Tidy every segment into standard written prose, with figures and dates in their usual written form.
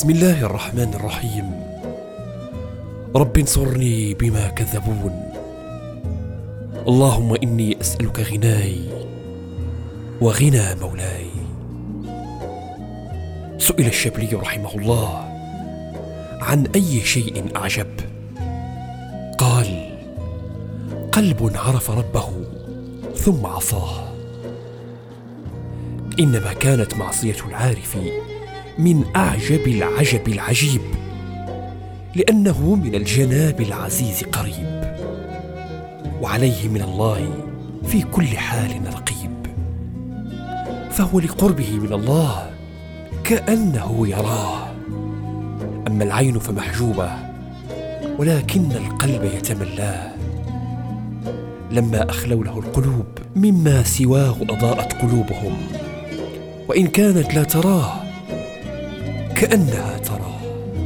بسم الله الرحمن الرحيم. رب انصرني بما كذبون. اللهم إني أسألك غناي وغنى مولاي. سئل الشبلي رحمه الله عن أي شيء أعجب؟ قال: قلب عرف ربه ثم عصاه. إنما كانت معصية العارف من أعجب العجب العجيب، لأنه من الجناب العزيز قريب، وعليه من الله في كل حال رقيب، فهو لقربه من الله كأنه يراه. أما العين فمحجوبة، ولكن القلب يتملاه. لما أخلوا له القلوب مما سواه أضاءت قلوبهم، وإن كانت لا تراه كأنها تراه.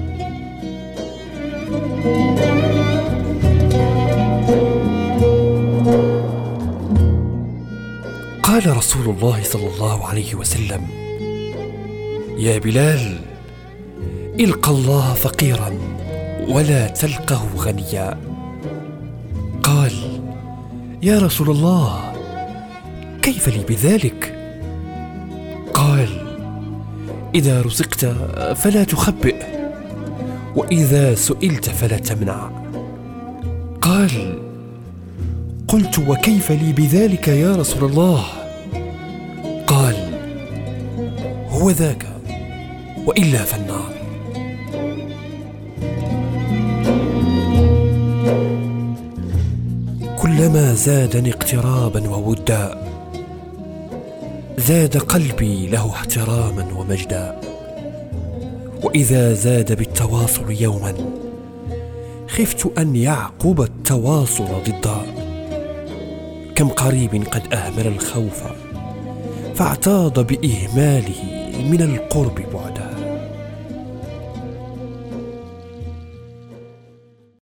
قال رسول الله صلى الله عليه وسلم: يا بلال، الق الله فقيرا ولا تلقه غنيا. قال: يا رسول الله، كيف لي بذلك؟ قال: إذا رزقت فلا تخبئ، وإذا سئلت فلا تمنع. قال: قلت: وكيف لي بذلك يا رسول الله؟ قال: هو ذاك، وإلا فالنار. كلما زادني اقترابا وودا، زاد قلبي له احتراما ومجدا. وإذا زاد بالتواصل يوما، خفت أن يعقب التواصل ضدا. كم قريب قد أهمل الخوف، فاعتاض بإهماله من القرب بعدا.